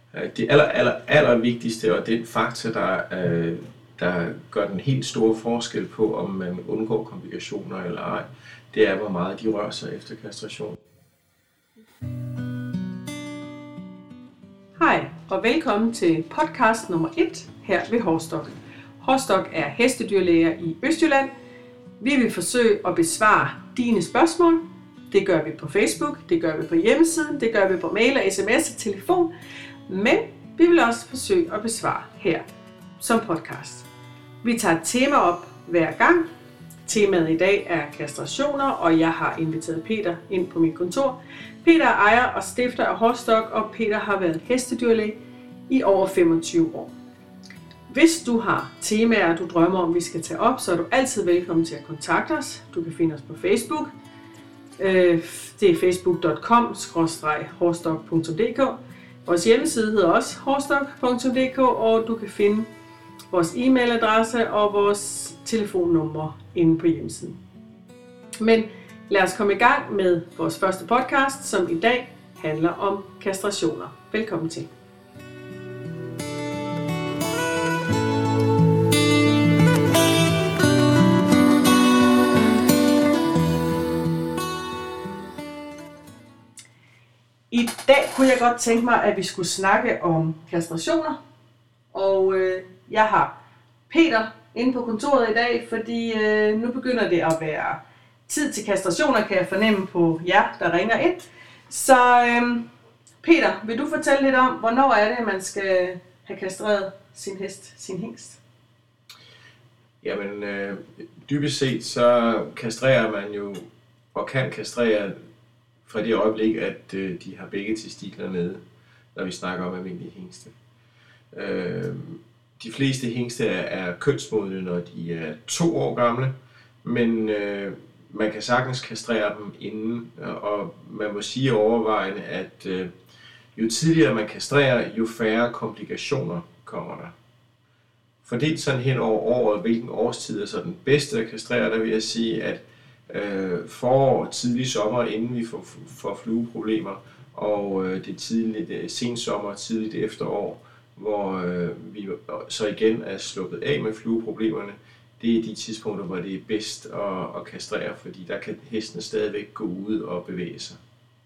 Det aller vigtigste, og den faktor, der gør den helt store forskel på, om man undgår komplikationer eller ej, det er, hvor meget de rører sig efter kastration. Hej og velkommen til podcast nummer 1 her ved Hårstok. Hårstok er hestedyrlæger i Østjylland. Vi vil forsøge at besvare dine spørgsmål. Det gør vi på Facebook, det gør vi på hjemmesiden, det gør vi på mail og sms og telefon. Men vi vil også forsøge at besvare her som podcast. Vi tager et tema op hver gang. Temaet i dag er kastrationer, og jeg har inviteret Peter ind på mit kontor. Peter er ejer og stifter af Hårstok, og Peter har været hestedyrlæge i over 25 år. Hvis du har temaer, du drømmer om, vi skal tage op, så er du altid velkommen til at kontakte os. Du kan finde os på Facebook. Det er facebook.com/hårstok.dk. Vores hjemmeside hedder også hårstok.dk, og du kan finde vores e-mailadresse og vores telefonnummer inde på hjemmesiden. Men lad os komme i gang med vores første podcast, som i dag handler om kastrationer. Velkommen til. I dag kunne jeg godt tænke mig, at vi skulle snakke om kastrationer. Og jeg har Peter inde på kontoret i dag, fordi nu begynder det at være tid til kastrationer, kan jeg fornemme på jer, der ringer ind. Så Peter, vil du fortælle lidt om, hvornår er det, man skal have kastreret sin hest, sin hingst? Jamen, dybest set så kastrerer man jo, og kan kastrere fra det øjeblik, at de har begge testikler nede, når vi snakker om almindelige hingste. De fleste hingste er kønsmodne, når de er 2 år gamle, men man kan sagtens kastrere dem inden, og man må sige overvejende, at jo tidligere man kastrerer, jo færre komplikationer kommer der. Fordelt sådan hen over året, hvilken årstid er så den bedste at kastrere, der vil jeg sige, at forår, tidlig sommer, inden vi får flueproblemer, og det tidligt sensommer, tidligt efterår, hvor vi så igen er sluppet af med flueproblemerne. Det er de tidspunkter, hvor det er bedst at kastrere, fordi der kan hesten stadigvæk gå ud og bevæge sig.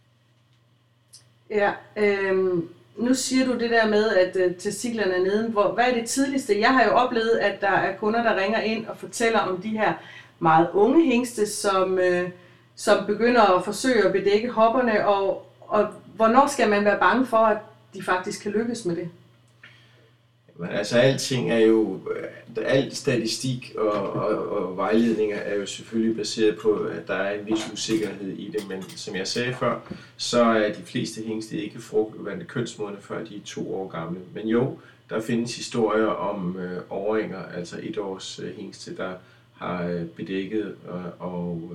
Ja, nu siger du det der med, at testiklerne er nede. Hvad er det tidligste? Jeg har jo oplevet, at der er kunder, der ringer ind og fortæller om de her meget unge hingste, som begynder at forsøge at bedække hopperne, og hvornår skal man være bange for, at de faktisk kan lykkes med det? Men altså alting er jo, al statistik og vejledninger er jo selvfølgelig baseret på, at der er en vis usikkerhed i det, men som jeg sagde før, så er de fleste hingste ikke frugtvandte kønsmodne, før de er 2 år gamle. Men jo, der findes historier om årringer, altså 1-års hingste, der har bedækket og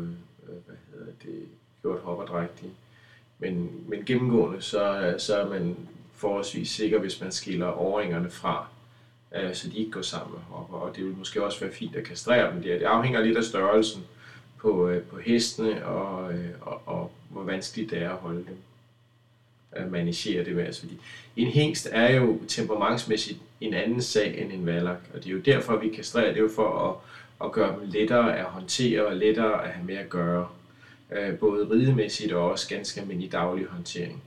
gjort hopperdrægtige. Men gennemgående så er man forholdsvis sikker, hvis man skiller årringerne fra, så de ikke går sammen med hopper. Og det vil måske også være fint at kastrere dem der. Det afhænger lidt af størrelsen på hestene og hvor vanskeligt det er at holde dem. At managere det med. Altså, fordi en hingst er jo temperamentsmæssigt en anden sag end en vallak. Og det er jo derfor, vi kastrerer. Det er jo for at gøre dem lettere at håndtere og lettere at have med at gøre. Både ridemæssigt og også ganske almindelig daglig håndtering.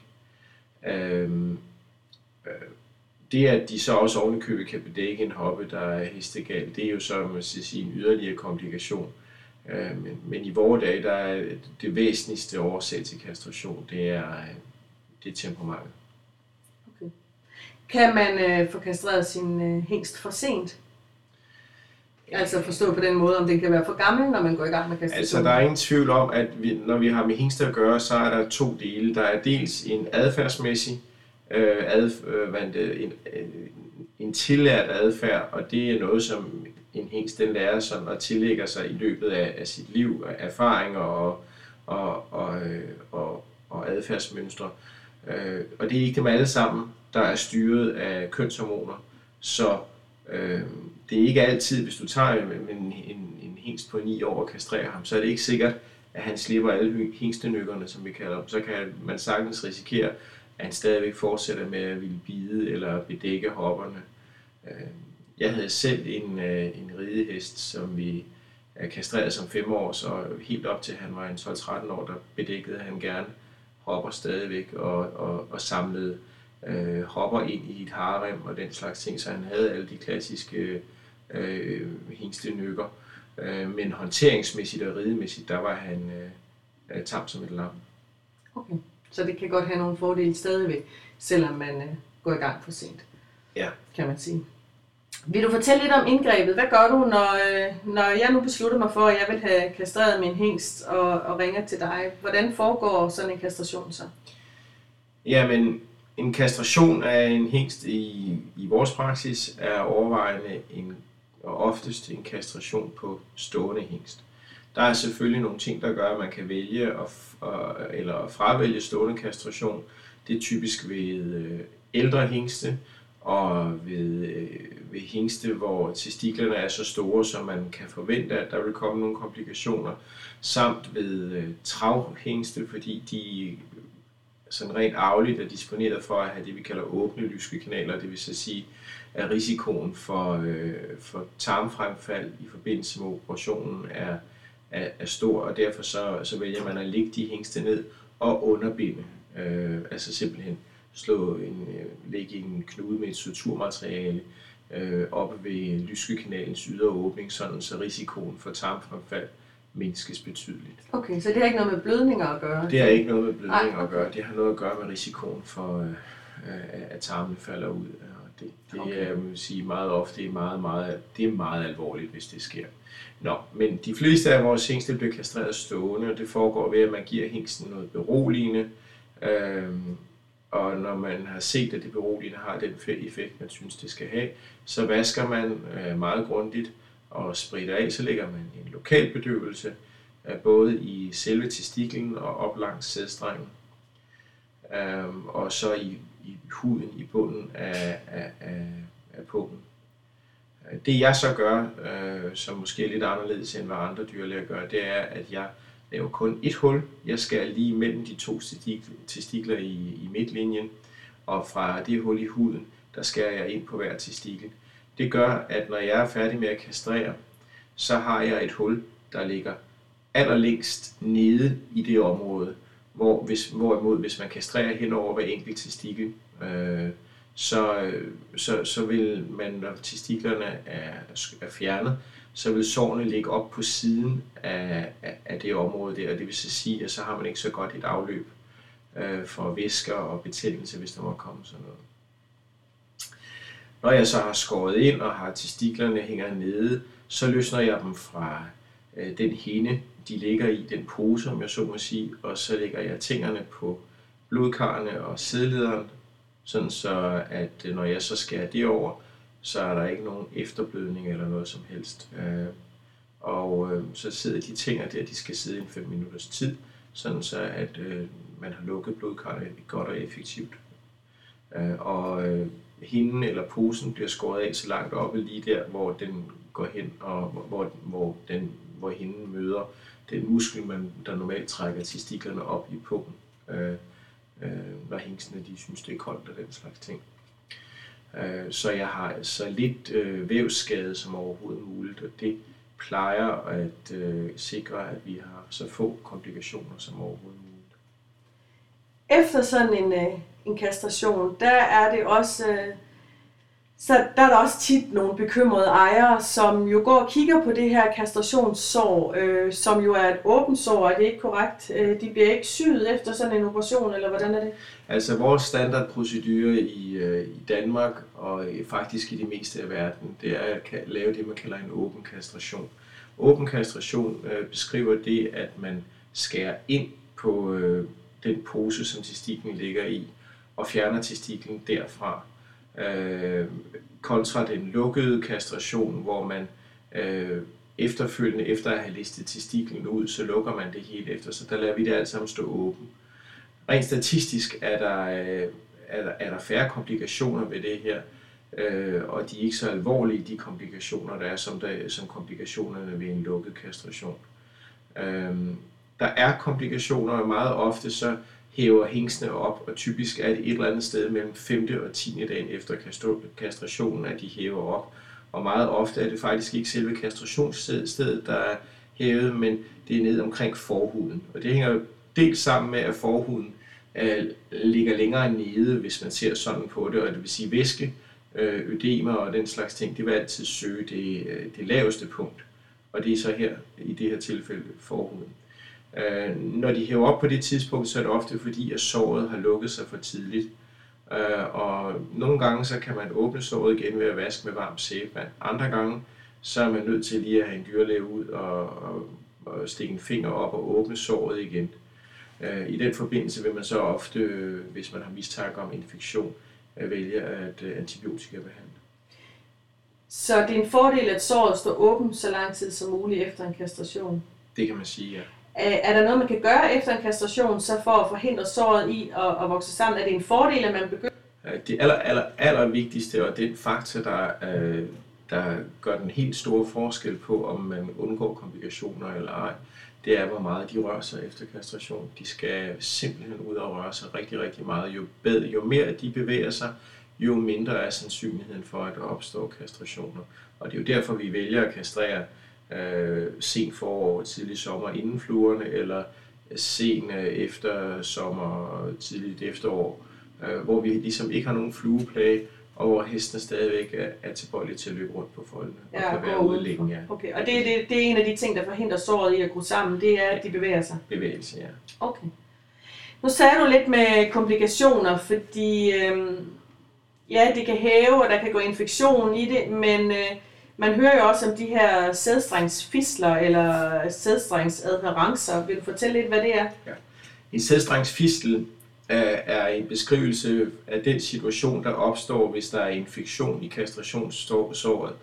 Det, at de så også ovenikøbet kan bedække en hoppe, der er hestegal, det er jo så, man skal sige, en yderligere komplikation. Men i vore dage, der er det væsentligste årsag til kastration, det er temperamentet. Okay. Kan man få kastreret sin hingst for sent? Altså forstå på den måde, om den kan være for gammel, når man går i gang med kastration? Altså, der er ingen tvivl om, at når vi har med hingster at gøre, så er der 2 dele. Der er dels en adfærdsmæssig, en tillært adfærd, og det er noget, som en hingst den lærer sådan at tillægge sig i løbet af sit liv, erfaringer og adfærdsmønstre. Og det er ikke dem alle sammen, der er styret af kønshormoner, så det er ikke altid, hvis du tager en hingst på 9 år og kastrerer ham, så er det ikke sikkert, at han slipper alle hingstenykkerne, som vi kalder dem. Så kan man sagtens risikere, han stadigvæk fortsætter med at ville bide eller bedække hopperne. Jeg havde selv en ridehest, som vi kastrerede som 5-års, og helt op til han var en 12-13 år, der bedækkede han gerne hopper stadigvæk og samlede hopper ind i et harem og den slags ting, så han havde alle de klassiske hingstenykker. Men håndteringsmæssigt og ridemæssigt, der var han tam som et lam. Okay, så det kan godt have nogle fordele stadigvæk, selvom man går i gang for sent, ja, kan man sige. Vil du fortælle lidt om indgrebet? Hvad gør du, når jeg nu beslutter mig for, at jeg vil have kastreret min hingst og ringer til dig? Hvordan foregår sådan en kastration så? Jamen, en kastration af en hingst i vores praksis er overvejende og oftest en kastration på stående hingst. Der er selvfølgelig nogle ting, der gør, at man kan vælge eller fravælge stående kastration. Det er typisk ved ældre hingste og ved hingste, hvor testiklerne er så store, så man kan forvente, at der vil komme nogle komplikationer, samt ved travhingste, fordi de sådan rent arveligt er disponeret for at have det, vi kalder åbne lyskekanaler, det vil så sige, at risikoen for tarmfremfald i forbindelse med operationen er stor, og derfor så vælger man at lægge de hingste ned og underbinde, altså simpelthen lægge en knude med et suturmateriale oppe ved lyskekanalens ydre åbning, sådan så risikoen for tarmfremfald mindskes betydeligt. Okay, så det har ikke noget med blødninger at gøre? Det har ikke noget med blødninger at gøre. Det har noget at gøre med risikoen for, at tarmene falder ud. Det er, man vil sige, meget ofte det er meget alvorligt, hvis det sker. Men de fleste af vores hingste bliver kastreret stående, og det foregår ved, at man giver hingsten noget beroligende. Og når man har set, at det beroligende har den effekt, man synes, det skal have, så vasker man meget grundigt og spritter af, så lægger man en lokal bedøvelse, både i selve testiklen og op langs sædstrengen, og så i huden i bunden af pungen. Det jeg så gør, som måske er lidt anderledes end hvad andre dyrlæger gør, det er, at jeg laver kun et hul. Jeg skærer lige mellem de to testikler i midtlinjen, og fra det hul i huden, der skærer jeg ind på hver testikel. Det gør, at når jeg er færdig med at kastrere, så har jeg et hul, der ligger allerlængst nede i det område, hvorimod hvis man kastrerer hen over hver enkelt testikel, så vil man, når testiklerne er fjernet, så vil sårene ligge op på siden af det område der, og det vil så sige, at så har man ikke så godt et afløb for væsker og betændelse, hvis der må komme sådan noget. Når jeg så har skåret ind og har testiklerne hænger nede, så løsner jeg dem fra den hinde, de ligger i, den pose, om jeg så må sige, og så lægger jeg tængerne på blodkarrene og sædlederen, sådan så at når jeg så skærer det over, så er der ikke nogen efterblødning eller noget som helst. Og så sidder de tænger der, de skal sidde i 5 minutters tid, sådan så at man har lukket blodkarrene godt og effektivt. Og hinden eller posen bliver skåret af så langt oppe lige der, hvor den går hen, og hvor hinden møder den muskel, der normalt trækker testiklerne op i pungen, når hingstene de synes, det er koldt og den slags ting. Så jeg har så lidt vævsskade som overhovedet muligt, og det plejer at sikre, at vi har så få komplikationer som overhovedet muligt. Efter sådan en kastration, der er det også så der er der også tit nogle bekymrede ejere, som jo går og kigger på det her kastrationssår, som jo er et åbent sår, er det ikke korrekt? De bliver ikke syet efter sådan en operation, eller hvordan er det? Altså vores standardprocedure i Danmark, og faktisk i det meste af verden, det er at lave det, man kalder en åben kastration. Åben kastration beskriver det, at man skærer ind på den pose, som testiklen ligger i, og fjerner testiklen derfra. Kontra den lukkede kastration, hvor man efterfølgende, efter at have listet testiklen ud, så lukker man det helt efter, så der lader vi det alt sammen stå åben. Rent statistisk er der færre komplikationer ved det her, og de er ikke så alvorlige, de komplikationer, der er som komplikationerne ved en lukket kastration. Der er komplikationer, og meget ofte så hæver hængsene op, og typisk er det et eller andet sted mellem 5. og 10. dagen efter kastrationen, at de hæver op. Og meget ofte er det faktisk ikke selve kastrationsstedet, der er hævet, men det er ned omkring forhuden. Og det hænger dels sammen med, at forhuden ligger længere nede, hvis man ser sådan på det, og det vil sige væske, ødemer og den slags ting, det vil altid søge det laveste punkt. Og det er så her, i det her tilfælde, forhuden. Når de hæver op på det tidspunkt, så er det ofte fordi, at såret har lukket sig for tidligt. Og nogle gange så kan man åbne såret igen ved at vaske med varmt sæbevand. Andre gange så er man nødt til lige at have en dyrlæge ud og stikke en finger op og åbne såret igen. I den forbindelse vil man så ofte, hvis man har mistanke om infektion, vælge at antibiotikabehandle. Så det er en fordel, at såret står åbent så lang tid som muligt efter en kastration? Det kan man sige, ja. Er der noget, man kan gøre efter en kastration, så for at forhindre såret i at vokse sammen? Er det en fordel, at man begynder? Det aller vigtigste, og den faktor, der gør den helt store forskel på, om man undgår komplikationer eller ej, det er, hvor meget de rører sig efter kastration. De skal simpelthen ud og røre sig rigtig, rigtig meget. Jo mere de bevæger sig, jo mindre er sandsynligheden for, at der opstår kastrationer. Og det er jo derfor, vi vælger at kastrere sen forår, tidlig sommer inden fluerne, eller sen efter sommer, tidligt efterår, hvor vi ligesom ikke har nogen flueplage, og hvor hestene stadigvæk er tilbøjelige til at løbe rundt på foldene og kan være ude længe. Ja. Okay. Og det er en af de ting, der forhindrer såret i at gro sammen, det er, at de bevæger sig? Bevægelse, ja. Okay. Nu sagde du lidt med komplikationer, fordi ja, det kan hæve, og der kan gå infektion i det, men man hører jo også om de her sædstrengsfistler eller sædstrengsadherencer. Vil du fortælle lidt, hvad det er? Ja. En sædstrengsfistel er en beskrivelse af den situation, der opstår, hvis der er infektion i kastrationssåret,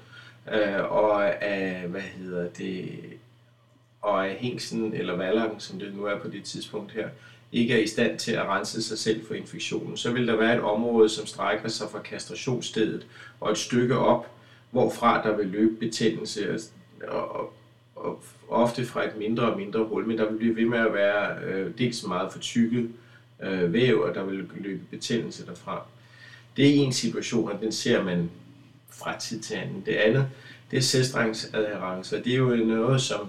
og af hængsen eller valakken, som det nu er på det tidspunkt her, ikke er i stand til at rense sig selv for infektionen. Så vil der være et område, som strækker sig fra kastrationsstedet og et stykke op, hvorfra der vil løbe betændelse, og ofte fra et mindre og mindre hul, men der vil blive ved med at være dels meget fortykket væv, og der vil løbe betændelse derfra. Det er en situation, og den ser man fra tid til anden. Det andet, det er sædstrengsadherencer. Det er jo noget, som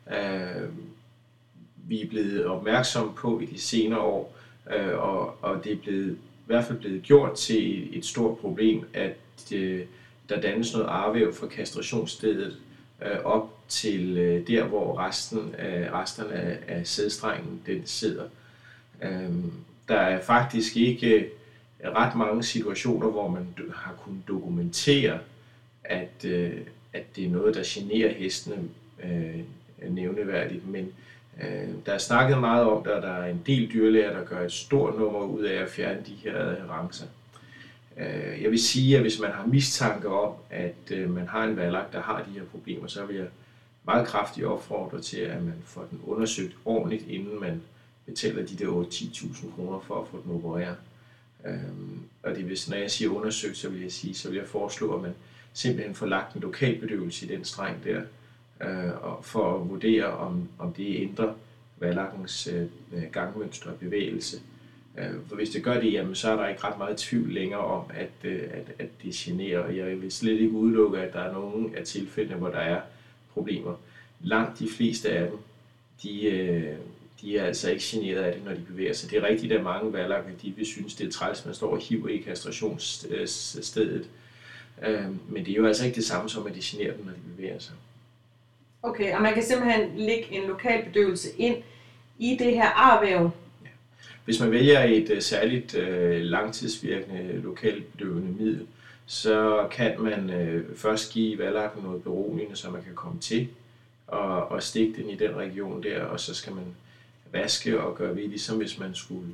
vi er blevet opmærksomme på i de senere år, og det er i hvert fald blevet gjort til et stort problem, at der dannes noget arvæv fra kastrationsstedet op til der, hvor resterne af sædstrengen den sidder. Der er faktisk ikke ret mange situationer, hvor man har kunnet dokumentere, at det er noget, der generer hestene nævneværdigt, men der er snakket meget om det, og der er en del dyrlæger, der gør et stort nummer ud af at fjerne de her adherencer. Jeg vil sige, at hvis man har mistanke om, at man har en valak, der har de her problemer, så vil jeg meget kraftigt opfordre til, at man får den undersøgt ordentligt, inden man betaler de der 8-10.000 kroner for at få den opereret. Og det når jeg siger undersøgt, så vil jeg foreslå, at man simpelthen får lagt en lokalbedøvelse i den streng der, for at vurdere, om det ændrer valakkens gangmønster og bevægelse. For hvis det gør det, jamen, så er der ikke ret meget tvivl længere om, at det generer, og jeg vil slet ikke udelukke, at der er nogle af tilfældene, hvor der er problemer. Langt de fleste af dem, de er altså ikke generet af det, når de bevæger sig. Det er rigtigt, at mange valakker, de vil synes, det er træls, man står og hiver i kastrationsstedet. Men det er jo altså ikke det samme som, at de generer dem, når de bevæger sig. Okay, og man kan simpelthen lægge en lokal bedøvelse ind i det her arvæv. Ja. Hvis man vælger et særligt langtidsvirkende lokalbedøvende middel, så kan man først give valakken noget beroligende, så man kan komme til og stikke den i den region der, og så skal man vaske og gøre ved, ligesom hvis man skulle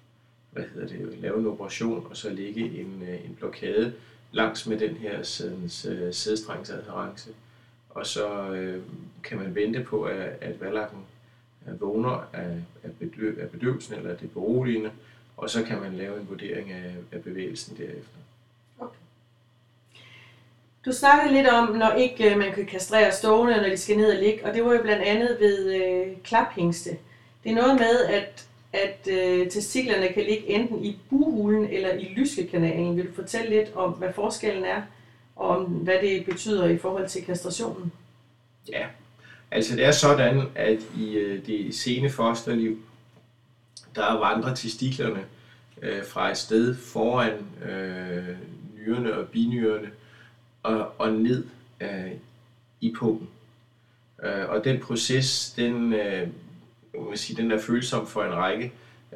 lave en operation, og så lægge en blokade langs med den her sædstrengsadherence. Og så kan man vente på, at valakken vågner af bedøvelsen eller det beroligende, og så kan man lave en vurdering af bevægelsen derefter. Okay. Du snakkede lidt om, når ikke man kan kastrere stående, når de skal ned og ligge, og det var jo blandt andet ved klaphængste. Det er noget med, at testiklerne kan ligge enten i bughulen eller i lyskekanalen. Vil du fortælle lidt om, hvad forskellen er, og om hvad det betyder i forhold til kastrationen? Ja, altså det er sådan, at i det sene fosterliv, der vandrer testiklerne fra et sted foran nyrerne og binyrerne og ned i pungen. Og den proces, den er følsom for en række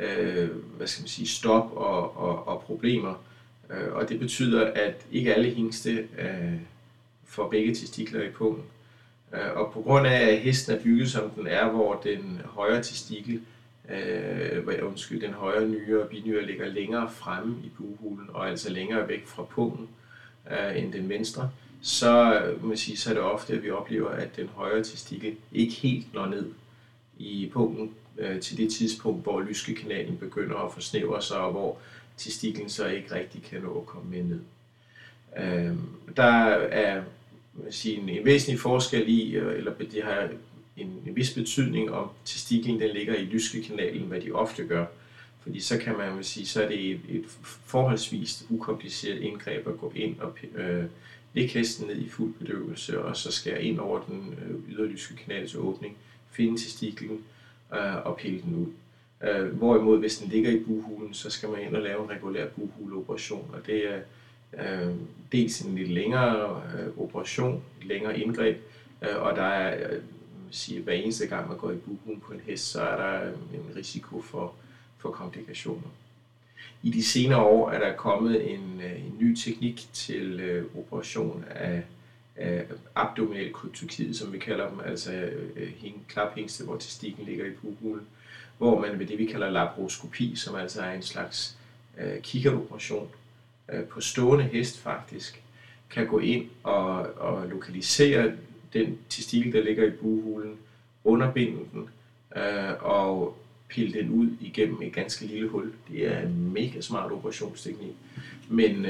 stop og problemer. Og det betyder, at ikke alle hingste får begge testikler i pungen. Og på grund af, at hesten er bygget som den er, hvor den højre testikel, den højre nyre og binyre ligger længere fremme i bughulen og altså længere væk fra pungen end den venstre, så er det ofte, at vi oplever, at den højre testikel ikke helt når ned i pungen til det tidspunkt, hvor lyskekanalen begynder at forsnævre sig, og hvor testiklen så ikke rigtig kan nå at komme med ned. Der er en væsentlig forskel i, eller det har en vis betydning, om testiklen den ligger i lyskekanalen, hvad de ofte gør. Fordi så kan man sige, så er det et forholdsvis ukompliceret indgreb at gå ind og lægge hesten ned i fuld bedøvelse, og så skære ind over den ydre lyskekanals åbning, finde testiklen og pille den ud. Hvorimod, hvis den ligger i bughulen, så skal man ind og lave en regulær bughuleoperation, og det er dels en lidt længere operation, et længere indgreb, og der er, hver eneste gang man går i bughulen på en hest, så er der en risiko for komplikationer. I de senere år er der kommet en ny teknik til operation af abdominal kryptokid, som vi kalder dem, altså klaphængste, hvor testiklen ligger i bughulen, hvor man ved det, vi kalder laparoskopi, som altså er en slags kikkertoperation på stående hest faktisk, kan gå ind og lokalisere den testikel, der ligger i bughulen, underbinde den og pille den ud igennem et ganske lille hul. Det er en mega smart operationsteknik. Men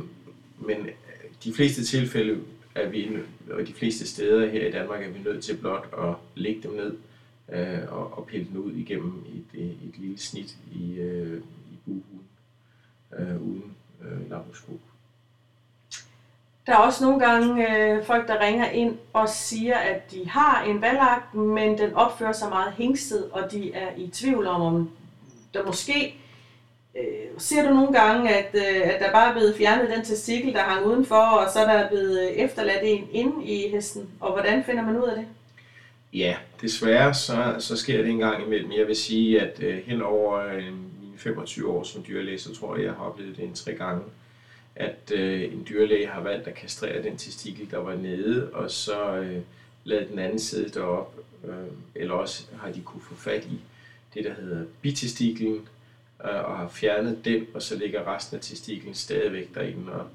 de fleste tilfælde er vi, og de fleste steder her i Danmark, er vi nødt til blot at lægge dem ned og pille den ud igennem et lille snit i bughulen uden laparoskop. Der er også nogle gange folk, der ringer ind og siger, at de har en valak, men den opfører sig meget hingstet, og de er i tvivl om der måske... Ser du nogle gange, at der bare er blevet fjernet den testikel, der hang udenfor, og så er der blevet efterladt en inde i hesten, og hvordan finder man ud af det? Ja, desværre så sker det en gang imellem. Jeg vil sige, at hen over mine 25 år som dyrlæge, så tror jeg har oplevet det 3 gange, at en dyrlæge har valgt at kastrere den testikel, der var nede, og så lade den anden sidde deroppe, eller også har de kunne få fat i det, der hedder bitestiklen, og har fjernet den, og så ligger resten af testiklen stadigvæk derinde. Og,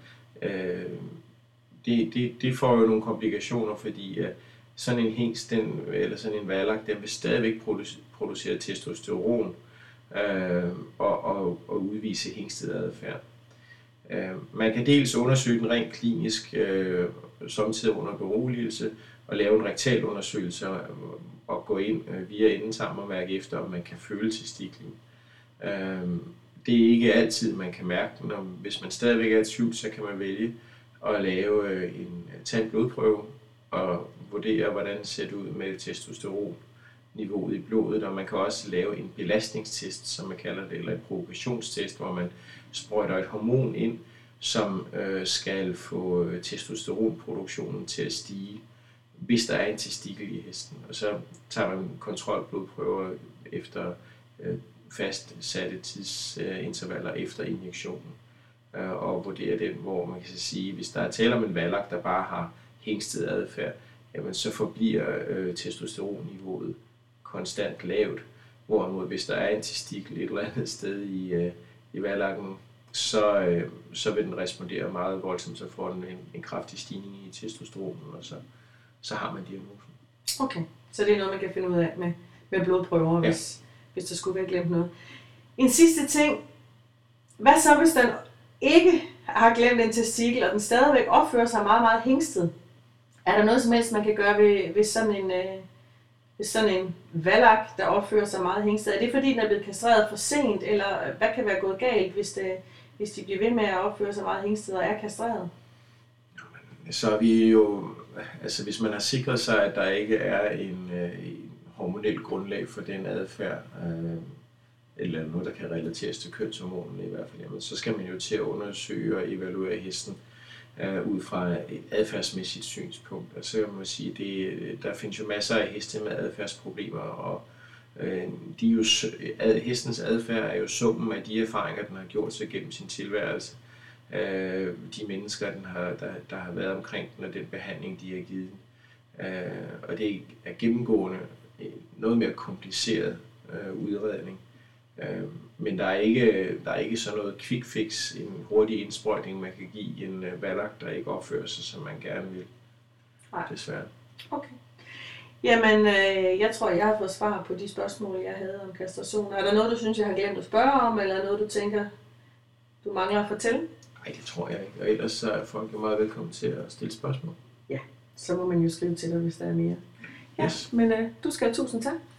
det får jo nogle komplikationer, fordi sådan en hingst, eller sådan en valak, den vil stadigvæk producere testosteron og udvise hingstet adfærd. Man kan dels undersøge den rent klinisk, samtidig under beroligelse, og lave en rektal undersøgelse og gå ind via endetarm og mærke efter, om man kan føle testiklen. Det er ikke altid, man kan mærke den, og hvis man stadigvæk er i tvivl, så kan man vælge at tage en blodprøve og vurdere, hvordan det ser ud med testosteronniveauet i blodet, og man kan også lave en belastningstest, som man kalder det, eller en provokationstest, hvor man sprøjter et hormon ind, som skal få testosteronproduktionen til at stige, hvis der er en testikel i hesten. Og så tager man kontrolblodprøver efter fastsatte tidsintervaller efter injektionen og vurderer den, hvor man kan sige, hvis der er tale om en valak, der bare har hingstet adfærd, jamen så forbliver testosteronniveauet konstant lavt, hvorimod hvis der er en testikel et eller andet sted i valakken, så vil den respondere meget voldsomt, så får den en kraftig stigning i testosteronen, og så har man diagnosen. Okay, så det er noget, man kan finde ud af med blodprøver, ja. Hvis der skulle være glemt noget. En sidste ting. Hvad så, hvis den ikke har glemt en testikel, og den stadigvæk opfører sig meget, meget hingstet? Er der noget som helst, man kan gøre ved sådan sådan en valak, der opfører sig meget hængsted? Er det fordi, den er blevet kastreret for sent, eller hvad kan være gået galt, hvis de bliver ved med at opføre sig meget hængsted og er kastreret? Så er vi jo, altså hvis man har sikret sig, at der ikke er en hormonel grundlag for den adfærd, eller noget, der kan relateres til kønshormonerne i hvert fald, jamen, så skal man jo til at undersøge og evaluere hesten ud fra et adfærdsmæssigt synspunkt. Altså man må sige, der findes jo masser af heste med adfærdsproblemer, og hestens adfærd er jo summen af de erfaringer, den har gjort sig gennem sin tilværelse. De mennesker, der har været omkring den, og den behandling, de har givet den. Og det er gennemgående noget mere kompliceret udredning. Men der er ikke sådan noget quick fix, en hurtig indsprøjtning, man kan give en valak, der ikke opfører sig, som man gerne vil. Nej. Desværre. Okay. Jamen, jeg tror, jeg har fået svar på de spørgsmål, jeg havde om kastration. Er der noget, du synes, jeg har glemt at spørge om, eller noget, du tænker, du mangler at fortælle? Nej, det tror jeg ikke. Og ellers så er folk jo meget velkommen til at stille spørgsmål. Ja, så må man jo skrive til dig, hvis der er mere. Ja, Yes. men du skal have tusind tak.